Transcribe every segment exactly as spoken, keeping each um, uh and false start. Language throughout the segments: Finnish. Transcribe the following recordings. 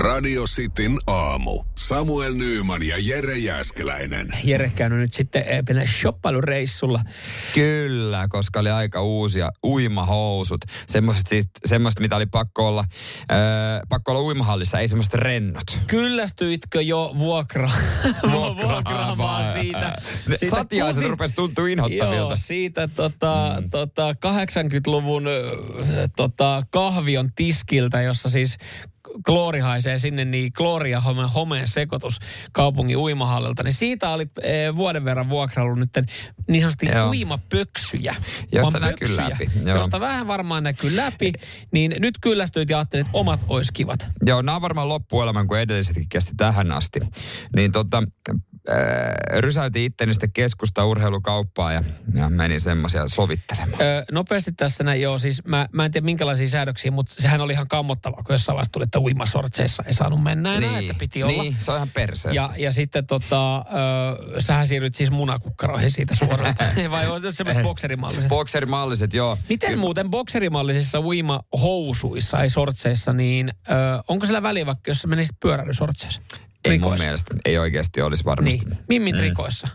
Radio Cityn aamu. Samuel Nyyman ja Jere Jääskeläinen. Jere käynyt nyt sitten shoppailureissulla. Kyllä, koska oli aika uusia uimahousut. Semmoiset siis, semmoista, mitä oli pakko olla, öö, pakko olla uimahallissa, ei semmoista rennot. Kyllästyitkö jo vuokra, vuokraamaan siitä? siitä Satiaiset kusi... rupesi tuntua inhottavilta. Joo, siitä tota, mm. tota kahdeksankymmentäluvun tota, kahvion tiskiltä, jossa siis kloori haisee sinne, niin kloori ja home, homeen sekoitus kaupungin uimahallilta. Niin siitä oli e, vuoden verran vuokraillut nyt niin sanotusti Joo. uimapöksyjä. Josta näkyy läpi. Joo. Josta vähän varmaan näkyy läpi. Niin nyt kyllästyit ja ajattelit, että omat olisi kivat. Joo, nämä on varmaan loppuelämän, kun edellisetkin kesti tähän asti. Niin tota, äh, rysäytin itteni sitten keskusta urheilukauppaa ja, ja menin semmoisia sovittelemaan. Öö, nopeasti tässä näin, joo, siis mä, mä en tiedä minkälaisia säädöksiä, mutta sehän oli ihan kammottavaa, kun jossain vaiheessa tuli, että uimasortseissa ei saanut mennä enää, niin, että piti olla. Niin, se on ihan perseestä. Ja, ja sitten tota, öö, sähän siirryt siis munakukkaroihin siitä suoraan. Vai on se semmoiset bokserimalliset? Bokserimalliset, joo. Miten Kyllä. muuten bokserimallisissa uimahousuissa, ei sortseissa, niin öö, onko sillä väliä vaikka, jos sä menisit pyöräilysortseissa? Ei Rikoissa. Mun mielestä, ei oikeasti olisi varmasti. Niin, Mimmin mm. rikoissa.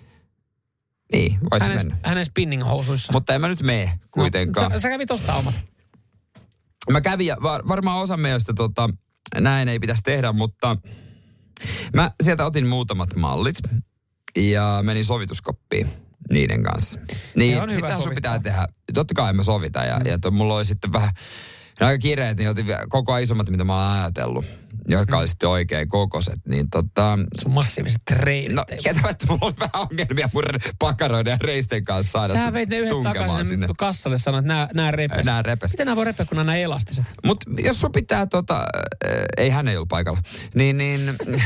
Niin, voisi hänen, mennä. Hänen spinning-housuissa. Mutta en mä nyt mene kuitenkaan. No, sä, sä kävit ostaa omat. Mä kävin ja var, varmaan osa mielestä tota, näin ei pitäisi tehdä, mutta mä sieltä otin muutamat mallit ja menin sovituskoppiin niiden kanssa. Niin, sitähän sun pitää tehdä. Totta kai mä sovitan ja, mm. ja to, mulla oli sitten vähän aika kireet, niin otin koko ajan isommat, mitä mä oon ajatellut, jotka mm. oli sitten oikein kokoiset. Niin tota... Sun massiiviset treenit. No, jätämättä mulla on vähän ongelmia mun pakaroiden ja reisten kanssa saada Sähän veit ne yhdet takaisin sinne kassalle, sanoit, että nää, nää repes. Nää repes. Miten nää voi repeä, kun nää on elastiset? Mut jos sun pitää tota, ei hän ei ollut paikalla, niin, niin, niin,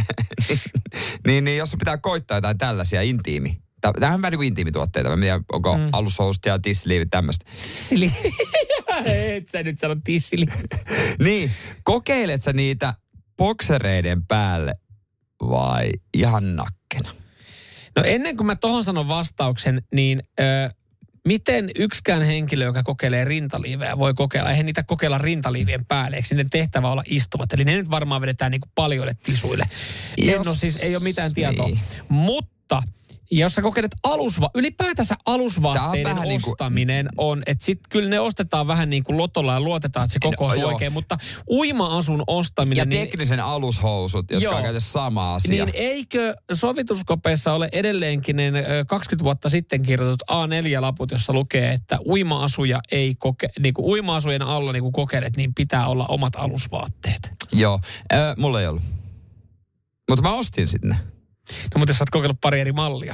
niin, niin jos sun pitää koittaa jotain tällaisia intiimi. Tämähän on vähän niin kuin intiimituotteita. Mä en tiedä, onko mm. alushousut ja tissiliivit tämmöistä. Tissiliivit? Et sä nyt sano tissiliivit. Niin, kokeilet sä niitä boksereiden päälle vai ihan nakkena? No ennen kuin mä tohon sanon vastauksen, niin ö, miten yksikään henkilö, joka kokeilee rintaliivejä, voi kokeilla? Eihän niitä kokeilla rintaliivien päälle, eikö sinne tehtävä olla istuvat? Eli ne nyt varmaan vedetään niin kuin paljoille tisuille. Jos, en ole siis, ei ole mitään tietoa. Niin. Mutta... jos sä kokeilet alusva, ylipäätänsä alusvaatteiden on ostaminen niin kuin on, että sit kyllä ne ostetaan vähän niin kuin lotolla ja luotetaan, että se koko on no, oikein, mutta uima-asun ostaminen... Ja niin, teknisen alushousut, jotka joo, on käytössä sama asia. Niin eikö sovituskopeissa ole edelleenkin ne kaksikymmentä vuotta sitten kirjoitut A neljä -laput, jossa lukee, että uima-asuja ei koke, niin kuin uima-asujen alla niin kuin kokeilet, niin pitää olla omat alusvaatteet. Joo, äh, mulla ei ollut. Mutta mä ostin sinne. No mutta jos sä oot kokeillut pari eri mallia.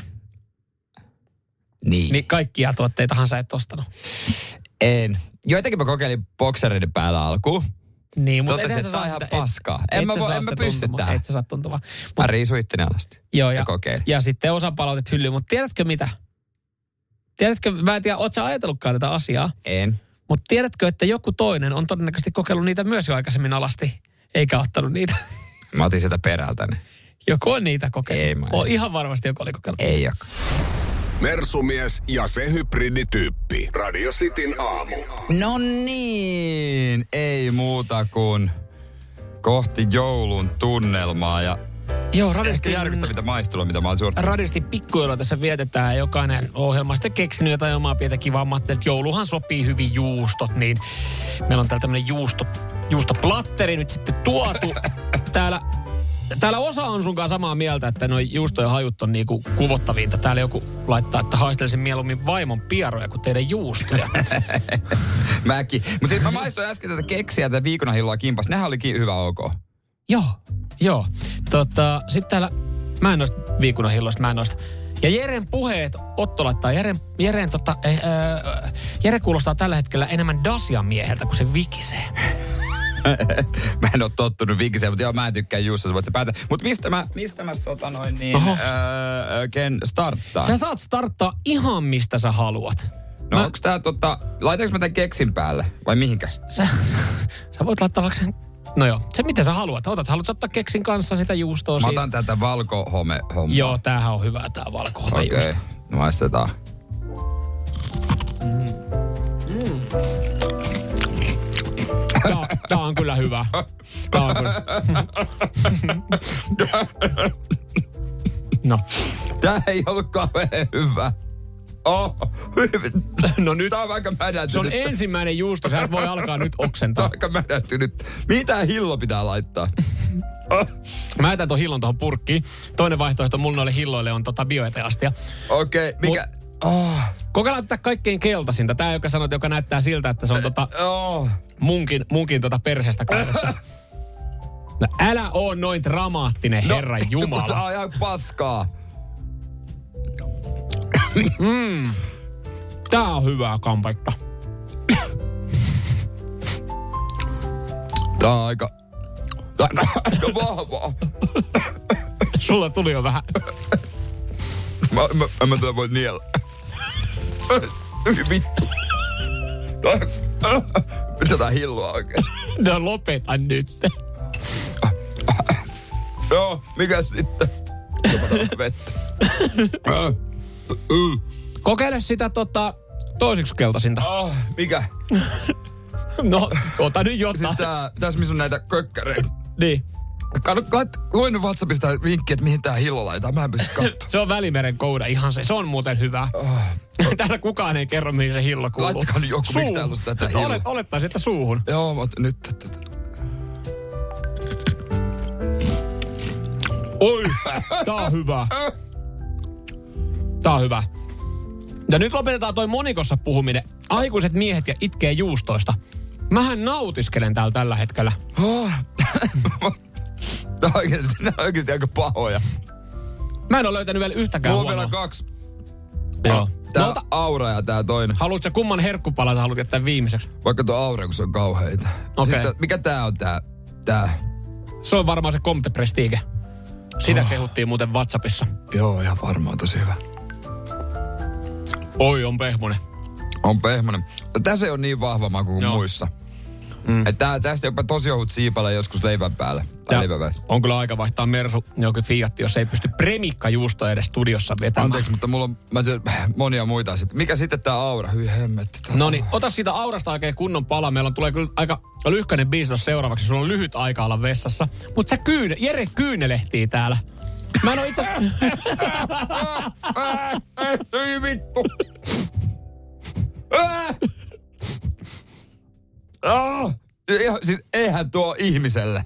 Niin. Niin kaikkia tuotteitahan sä et ostanut. En. Joitakin mä kokeilin boksereiden päällä alkuun. Niin, mutta Totesin, et sä saa ihan sitä, paskaa. En mä, voi, en mä pysty tähän. Et sä saa tuntumaan. Mä riisuin itteni alasti. Joo, ja, ja kokeilin. Ja sitten osa palautit hyllyyn. Mutta tiedätkö mitä? Tiedätkö, mä en tiedä, oot sä ajatellutkaan tätä asiaa? En. Mutta tiedätkö, että joku toinen on todennäköisesti kokeillut niitä myös jo aikaisemmin alasti, eikä ottanut niitä? Mä otin sieltä perältäni. Joku on niitä kokeillut. Ei mä on ihan varmasti joku oli kokeillut. Ei ole. Mersumies ja se hybridityyppi. Radio Cityn aamu. No niin, ei muuta kuin kohti joulun tunnelmaa ja joo, radiosti järkyttävintä maistelua, mitä mä oon suorittanut. Radiosti pikkujoulua tässä vietetään ja jokainen ohjelma sitten keksinyt jotain omaa pientä kivaa. Mä ajattelin, että jouluhan sopii hyvin juustot, niin meillä on täällä tämmönen juusto, juustoplatteri nyt sitten tuotu. Täällä Täällä osa on sunkaan samaa mieltä, että noi juustojen hajut on niinku kuvottavinta. Täällä joku laittaa, että haistelisin mieluummin vaimon pieroja kuin teidän juustoja. Mäkin. Mutta siis mä maistoin äsken tätä keksiä, tätä viikunahilloa kimpas. Nehän olikin hyvä ok. Joo, joo. Tota, sitten täällä, mä en noista viikunahilloista, mä en noista. Ja Jeren puheet, Otto laittaa, Jeren, Jeren, tota, äh, Jere kuulostaa tällä hetkellä enemmän Dasian mieheltä kuin se vikisee. Mä en ole tottunut vikiseen, mutta joo, mä en tykkää juusta, sä voitte päätä. Mutta mistä mä, mistä mä tota noin niin, öö, ken starttaa? Sä saat starttaa ihan mistä sä haluat. No mä... onks tää tota, laitanko mä tän keksin päälle vai mihinkäs? Sä, sä voit laittaa vaikka sen, no joo, se mitä sä haluat. Otat, haluat ottaa keksin kanssa sitä juustoa mä siitä. otan tätä valkohome-hommaa. Joo, tämähän on hyvä tää valkohome juusto. Okei, okay. No maistetaan. Mm. Mm. Tää on kyllä hyvä. Tää on kyllä. No. Tää ei ollut kauhean hyvä. Oh, no nyt. Tää on aika mädäntynyt. Se on ensimmäinen juusto, sä et voi alkaa nyt oksentaa. Tää on aika mädäntynyt. Mitä hillo pitää laittaa? Mä jätän ton hillon tohon purkkiin. Toinen vaihtoehto mun noille hilloille on tota bioeteastia. Okei, okay, mikä... Mut, oh. Kokeillaan tätä kaikkein keltaisinta. Tää, joka sanot, joka näyttää siltä, että se on tota oh. munkin, munkin tota persestä kaivettu. No älä oo noin dramaattinen, no, herran jumala. Tää on ihan paskaa. Mm. Tää on hyvää kampetta. Tää on aika... Tää on aika vahvaa. Sulla tuli jo vähän. Mä, mä, mä, mä tätä voi niellä. Vittu. Mitä tää hilloa oikeesti? No lopeta nyt. Joo, mikäs sitten? Vettä. Kokeile sitä tota toiseksi keltaisinta. Oh, mikä? No, ota nyt jotain. Siis tää, tässä missä on näitä kökkäreitä. Niin. Kat, kat, luin nyt WhatsAppista vinkkiä, että mihin tää hillo laitetaan. Mä en pysty katsomaan. Se on Välimeren kouda ihan se. Se on muuten hyvä. Oh. Täällä kukaan ei kerro, mihin se hillo kuuluu. Laittakaa nyt joku, miksi täällä on tätä hilloa. Olet, olettaisin, että suuhun. Joo, mutta nyt tätä. Oi, tää on hyvä. Tää on hyvä. Ja nyt lopetetaan toi monikossa puhuminen. Aikuiset miehet ja itkee juustoista. Mähän nautiskelen täällä tällä hetkellä. Oh. Tää on oikeesti, nää on oikeesti aika pahoja. Mä en ole löytänyt vielä yhtäkään huonoa. huonoa. Mulla on vielä kaksi. Joo. Tää no, on Aura ja tää toinen. Haluatko sä kumman herkkupala sä haluat jättää viimeiseksi? Vaikka tuo Aura, kun se on kauheita. Okay. Sitten, mikä tää on tää? Tää. Se on varmaan se Comte Prestige. Sitä oh. kehuttiin muuten WhatsAppissa. Joo, ihan varmaan tosi hyvä. Oi, on pehmonen. On pehmonen. Tässä ei ole niin vahva maku kuin Joo. muissa. Mm. Että tästä jopa tosi ohut siipale joskus leivän päälle. On kyllä aika vaihtaa Mersu jokin Fiat, jos ei pysty premikkajuustoa edes studiossa vetämään. Anteeksi, mutta mulla on mä tiedän, monia muita asioita. Mikä sitten tää Aura? Hyi hemmetti. No niin, ota siitä Aurasta oikein kunnon pala. Meillä on, tulee kyllä aika lyhkäinen biisi seuraavaksi. Sulla on lyhyt aika olla vessassa. Mutta sä kyyn, Jere kyynelehtii täällä. Mä en oo itse... Ei vittu. Oh, siis eihän tuo ihmiselle.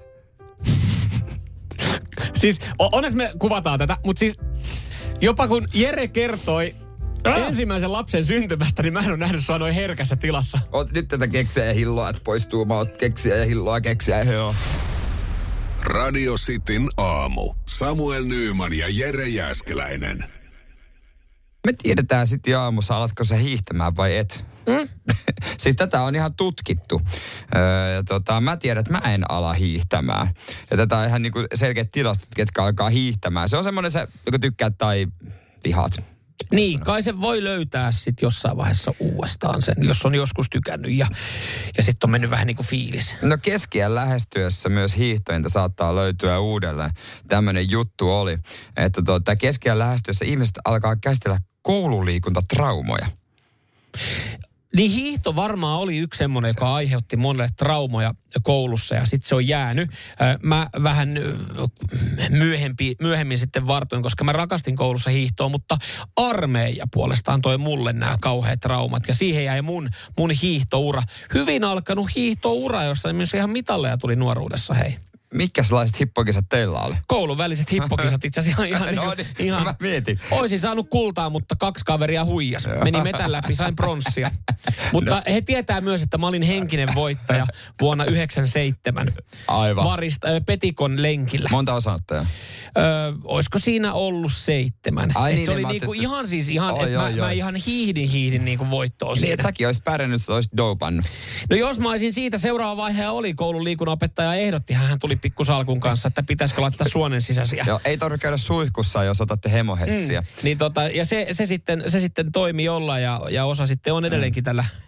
Siis onneksi me kuvataan tätä, mutta siis jopa kun Jere kertoi äh. ensimmäisen lapsen syntymästä, niin mä en ole nähnyt sua noin herkässä tilassa. Oot nyt tätä keksiä ja hilloa, että poistuu. Mä oot keksiä ja hilloa, keksiä ja joo. Radio Cityn aamu. Samuel Nyyman ja Jere Jääskeläinen. Me tiedetään sitten aamussa, alatko sä hiihtämään vai et. Mm? Siis tätä on ihan tutkittu. Öö, ja tota, mä tiedän, että mä en ala hiihtämään. Ja tätä on ihan niinku selkeät tilastot, ketkä alkaa hiihtämään. Se on semmoinen se, joka tykkää tai vihaat. Niin, kai se voi löytää sitten jossain vaiheessa uudestaan sen, jos on joskus tykännyt ja, ja sitten on mennyt vähän niin kuin fiilis. No keskiään lähestyessä myös hiihtointa saattaa löytyä uudelleen. Tämmöinen juttu oli, että tuota, keskiään lähestyessä ihmiset alkaa käsitellä koululiikuntatraumoja. Niin hiihto varmaan oli yksi semmoinen, joka aiheutti monelle traumoja koulussa ja sitten se on jäänyt. Mä vähän myöhempi, myöhemmin sitten vartoin, koska mä rakastin koulussa hiihtoa, mutta armeija puolestaan toi mulle nämä kauheat traumat ja siihen jäi mun, mun hiihtoura. Hyvin alkanut hiihtoura, jossa myös ihan mitalleja tuli nuoruudessa, hei. Mitkä sellaiset hippokisat teillä oli? Koulun väliset hippokisat itse asiassa ihan... no niin, niin, ihan mä mietin. Oisin saanut kultaa, mutta kaksi kaveria huijas. Meni metän läpi, sain pronssia. Mutta no. he tietää myös, että mä olin henkinen voittaja vuonna yhdeksänkymmentäseitsemän. Aivan. Varista, ö, Petikon lenkillä. Monta osanottajaa? Öö, olisiko siinä ollut seitsemän? Ai niin, se oli niin, niinku että... ihan siis ihan, oi, että oi, mä, oi. mä ihan hiihdin hiihdin niinku voittoon niin, siitä. että säkin olisit pärjännyt, että olisit dopannut. No jos mä olisin siitä, seuraava vaihe oli koulun liikunnanopettaja ehdotti, hän tuli pikkusalkun kanssa, että pitäisikö laittaa suonen sisäisiä. Joo, ei tarvitse käydä suihkussa, jos otatte hemohessiä. Mm. Niin tota, ja se, se, sitten, se sitten toimi jollain ja, ja osa sitten on edelleenkin tällä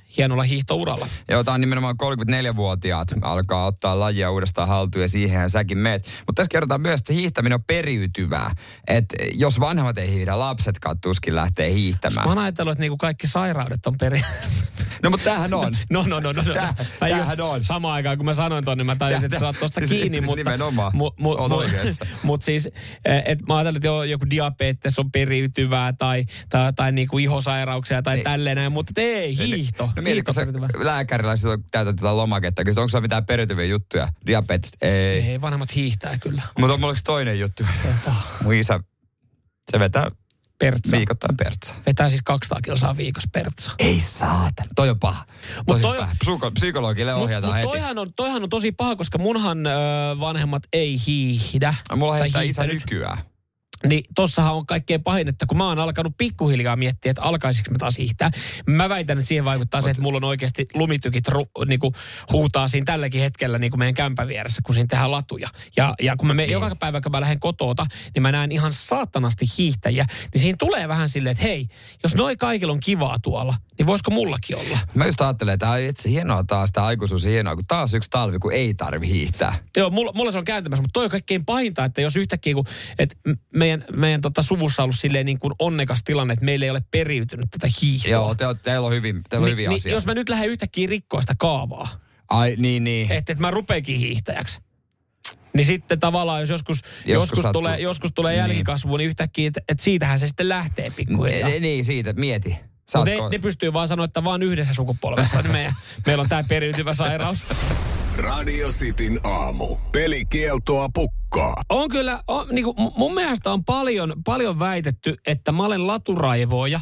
hienolla hiihtouralla. Joo, tämä on nimenomaan kolmekymmentäneljävuotiaat alkaa ottaa lajia uudestaan haltuun ja siihen säkin meet. Mutta tässä kerrotaan myös, että hiihtäminen on periytyvää. Että jos vanhemmat ei hiihdä, lapsetkaan tuskin lähtee hiihtämään. Mä oon ajatellut, että niinku kaikki sairaudet on peri... No, mutta tämähän on. No, no, no, no. no. Tää, tämähän on. Samaan aikaan, kun mä sanoin ton, niin mä tajusin, että sä oot tosta siis, kiinni. Siis mutta, nimenomaan. Mu, mu, Oot oikeassa. Mutta siis, että mä ajattelin, että joo, joku diabetes on periytyvää tai, tai, tai niinku ihosairauksia tai niin. tälleen näin, mutta ei, hiihto. No mieti, kun sä lääkärillä täytät tätä lomaketta, kysyt, onko sulla mitään periytyviä juttuja? Diabetes? Ei. Ei, vanhemmat hiihtää kyllä. Mutta on mulla toinen juttu. Mun isä, se vetää pertsa. Viikoittain pertsa. Vetää siis kaksisataa kilsaa viikossa pertsa. Ei saata. Toi on paha. Toi toi, on paha. Psyko, psykologille ohjataan mut, heti. Mutta toihan on, toihan on tosi paha, koska munhan ö, vanhemmat ei hiihdä. Mulla heittää isä nykyään. Niin tossahan on kaikkein pahin, että kun mä oon alkanut pikkuhiljaa miettiä, että alkaisinko mä taas hiihtää. Mä väitän, että siihen vaikuttaa Mut. se, että mulla on oikeasti lumitykit ru, niinku, huutaa siinä tälläkin hetkellä niinku meidän kämpän vieressä, kun siinä tehdään latuja. Ja, ja kun mä menen, joka päivä, kun mä lähden kotoota, niin mä näen ihan saatanasti hiihtäjiä. Niin siinä tulee vähän silleen, että hei, jos noi kaikilla on kivaa tuolla, niin voisiko mullakin olla? Mä just ajattelen, että itse hienoa taas, tämä aikuisuus hienoa, kun taas yksi talvi, kun ei tarvi hiihtää. Joo, mulla, mulla se on kääntymässä, mutta toi on kaikkein pahinta, että jos yhtäkkiä, kun, että me Meidän, meidän tota suvussa on ollut silleen niin kuin onnekas tilanne, että meillä ei ole periytynyt tätä hiihtoa. Joo, te, teillä on hyvin, teillä on Ni, hyviä niin, asioita. Jos mä nyt lähden yhtäkkiä rikkoa sitä kaavaa. Ai, niin, niin. Että et mä rupeekin hiihtäjäksi. Niin sitten tavallaan, jos joskus, joskus, joskus tulee, joskus tulee niin. jälkikasvu, niin yhtäkkiä, että et siitähän se sitten lähtee pikkuhiljaa. N- niin, siitä, mieti. Ne, ne pystyy vaan sanoa, että vaan yhdessä sukupolvessa niin meidän, meillä on tää periytyvä sairaus. Radio Cityn aamu. Pelikieltoa pukkaa. On kyllä, on, niin kuin, mun mielestä on paljon, paljon väitetty, että mä olen laturaivoja.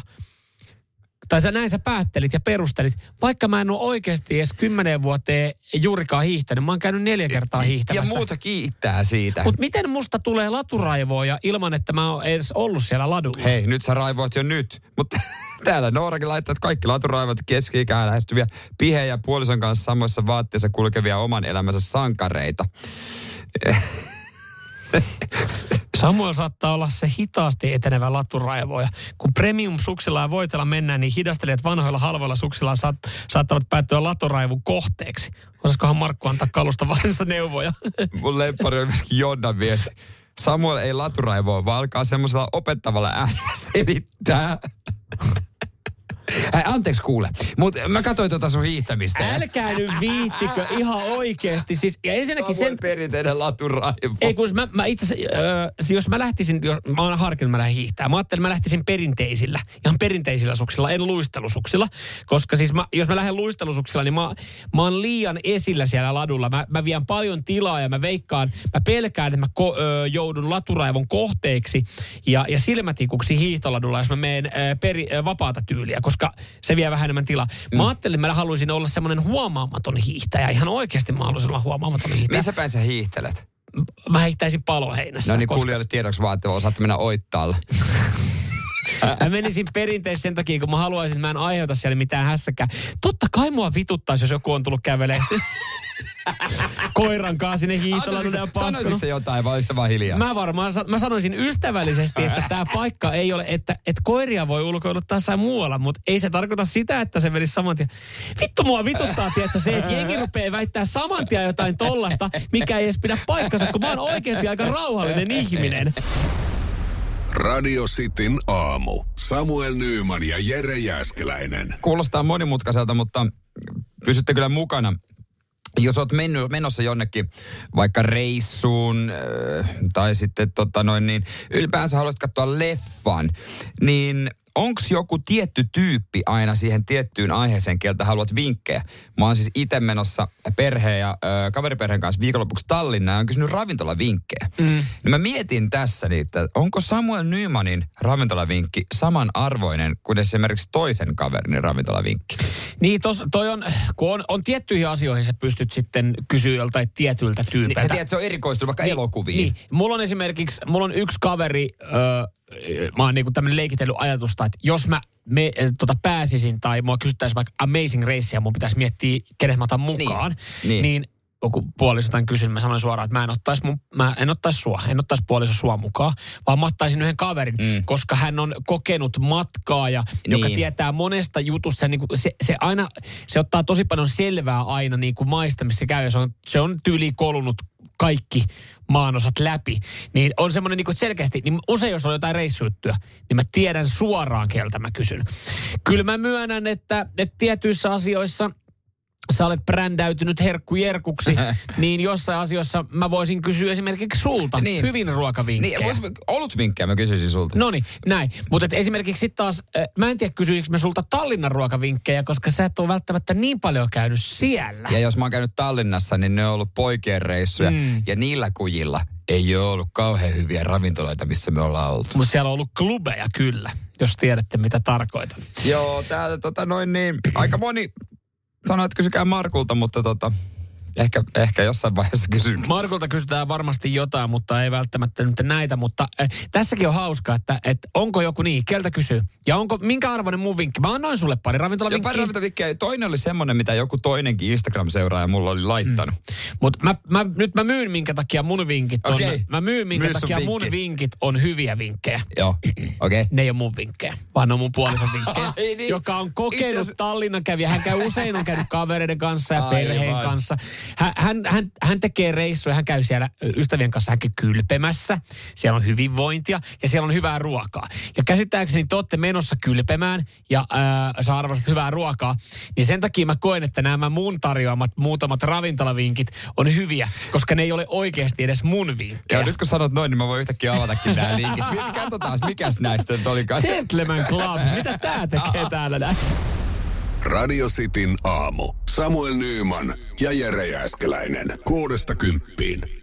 Tai sä näin sä päättelit ja perustelit. Vaikka mä en ole oikeasti edes kymmenen vuoteen juurikaan hiihtänyt. Mä oon käynyt neljä kertaa hiihtämässä. Ja muuta kiittää siitä. Mutta miten musta tulee laturaivoja ilman, että mä oon edes ollut siellä ladulla? Hei, nyt sä raivoat jo nyt. Mutta täällä Noorakin laittaa, että kaikki laturaivot keski-ikään lähestyviä pihejä ja puolison kanssa samoissa vaatteissa kulkevia oman elämänsä sankareita. Samuel saattaa olla se hitaasti etenevä laturaivoja. Kun premium-suksilla ja voitella mennään, niin hidastelijat vanhoilla halvoilla suksilla saat, saattavat päättyä laturaivun kohteeksi. Osaisikohan Markku antaa kalustavallinsa neuvoja? Mun lemppari on myöskin Jonnan viesti. Samuel ei laturaivoa, vaan alkaa semmoisella opettavalla äänellä selittää. Hei, anteeksi kuule, mutta mä katsoin tuota sun hiihtämistä. Älkää nyt viittikö ihan oikeasti. Siis, ja ensinnäkin Samuel sen... perinteinen laturaivo. Ei kun mä, mä itse asiassa, jos mä lähtisin, jos, mä oon harkinnut, mä lähden hiihtää. Mä ajattelin, mä lähtisin perinteisillä, ihan perinteisillä suksilla, en luistelusuksilla. Koska siis mä, jos mä lähden luistelusuksilla, niin mä, mä oon liian esillä siellä ladulla. Mä, mä vien paljon tilaa ja mä veikkaan, mä pelkään, että mä ko, ö, joudun laturaivon kohteeksi ja, ja silmätikuksi hiihtoladulla, jos mä menen ö, peri, ö, vapaata tyyliä, koska se vie vähän enemmän tilaa. Mä mm. ajattelin, että mä haluaisin olla semmoinen huomaamaton hiihtäjä. Ihan oikeasti mä haluaisin olla huomaamaton hiihtäjä. Missä päin sä hiihtelet? Mä hiihtäisin Paloheinässä. No niin, koska... kuulijoille tiedoksi vaan, että osaatte mennä oittaalle. Mä menisin perinteisesti sen takia, kun mä haluaisin, että mä en aiheuta siellä mitään hässäkään. Totta kai mua vituttaisi, jos joku on tullut kävelemään koiran kanssa sinne hiihtoladulle ja paskanut. Sanoisitko se jotain vai se vaan hiljaa? Mä varmaan, mä sanoisin ystävällisesti, että tää paikka ei ole, että, että koiria voi ulkoiluttaa jossain muualla, mutta ei se tarkoita sitä, että se menisi saman tien. Vittu mua vituttaa, tiedätkö, se, että jengi rupeaa väittää saman tien jotain tollasta, mikä ei edes pidä paikkansa, kun mä oon oikeasti aika rauhallinen ihminen. Radio Cityn aamu. Samuel Nyyman ja Jere Jääskeläinen. Kuulostaa monimutkaiselta, mutta pysytte kyllä mukana. Jos oot mennyt, menossa jonnekin vaikka reissuun äh, tai sitten tota noin niin, ylipäänsä haluaisit katsoa leffan, niin onko joku tietty tyyppi aina siihen tiettyyn aiheeseen, keltä haluat vinkkejä? Mä oon siis itse menossa perheen ja ö, kaveriperheen kanssa viikonlopuksi Tallinnaan ja on kysynyt ravintolavinkkejä. Mm. Niin mä mietin tässä, että onko Samuel Nymanin ravintolavinkki samanarvoinen kuin esimerkiksi toisen kaverin ravintolavinkki? Niin, tos, toi on, kun on, on tiettyihin asioihin sä pystyt sitten kysyä joltain tietyiltä tyypeiltä. Niin, sä tiedät, että se on erikoistunut vaikka niin, elokuviin. Niin. Mulla on esimerkiksi, mulla on yksi kaveri... Ö, mä oon niinku tämmönen leikitellyt ajatusta, että jos mä me, tota, pääsisin tai mua kysyttäisiin vaikka Amazing Race ja mun pitäisi miettiä, kenet mä otan mukaan, niin, niin. niin joku puoliso tämän kysyn, mä sanoin suoraan, että mä en ottaisi, mun, mä en ottaisi sua, en ottaisi puoliso sua mukaan, vaan mä ottaisin yhden kaverin, mm. koska hän on kokenut matkaa ja niin. joka tietää monesta jutusta. Se, niin kuin, se, se aina, se ottaa tosi paljon selvää aina niin kuin maista, missä se käy ja se on, se on tyyliin kolunut kaikki maanosat läpi. Niin on semmoinen niin kuin selkeästi, niin usein jos on jotain reissujuttuja, niin mä tiedän suoraan, keltä mä kysyn. Kyllä mä myönnän, että, että tietyissä asioissa sä olet brändäytynyt herkkujerkuksi, niin jossain asioissa mä voisin kysyä esimerkiksi sulta niin. hyvin ruokavinkkejä. Niin, olutvinkkejä mä kysyisin sulta. Noniin, näin. Mutta esimerkiksi sitten taas, mä en tiedä kysyisikö mä sulta Tallinnan ruokavinkkejä, koska sä et ole välttämättä niin paljon käynyt siellä. Ja jos mä oon käynyt Tallinnassa, niin ne on ollut poikien reissuja. Mm. Ja niillä kujilla ei ole ollut kauhean hyviä ravintoloita, missä me ollaan oltu. Mutta siellä on ollut klubeja kyllä, jos tiedätte mitä tarkoitan. Joo, täällä tota noin niin, aika moni sanoo, että kysykää Markulta, mutta tota, ehkä, ehkä jossain vaiheessa kysyn. Markulta kysytään varmasti jotain, mutta ei välttämättä nyt näitä. Mutta äh, tässäkin on hauska, että, että onko joku niin, keltä kysyy. Ja onko, minkä arvoinen mun vinkki? Mä annoin sulle pari ravintolavinkkiä. Pari ravintolavinkkiä. Toinen oli semmoinen, mitä joku toinenkin Instagram-seuraaja mulla oli laittanut. Mm. Mutta mä, mä, nyt mä myyn, minkä takia mun vinkit on. Okay. Mä myyn, minkä Myy takia mun vinkit on hyviä vinkkejä. Joo, okei. Okay. Ne ei ole mun vinkkejä, vaan ne on mun puolison vinkkejä. niin. Joka on kokenut Itse... Tallinnan kävijä. Hän käy usein, on käynyt kavereiden kanssa ja perheen Aivan. kanssa. Hän, hän, hän, hän tekee reissuja, hän käy siellä ystävien kanssa, hän käy kylpemässä. Siellä on hyvinvointia ja siellä on hyvää ruokaa. Ja käsittääkseni te olette menossa kylpemään ja äh, sä arvostat hyvää ruokaa. Niin sen takia mä koen, että nämä mun tarjoamat muutamat ravintolavinkit on hyviä, koska ne ei ole oikeasti edes mun vinkkejä. Ja nyt kun sanot noin, niin mä voin yhtäkkiä avatakin nämä linkit. Katsotaan, mikäs näistä nyt olikaan. Gentleman Club, mitä tää tekee täällä näin? Radio Cityn aamu. Samuel Nyyman ja Jere Jääskeläinen. Kuudesta kymppiin.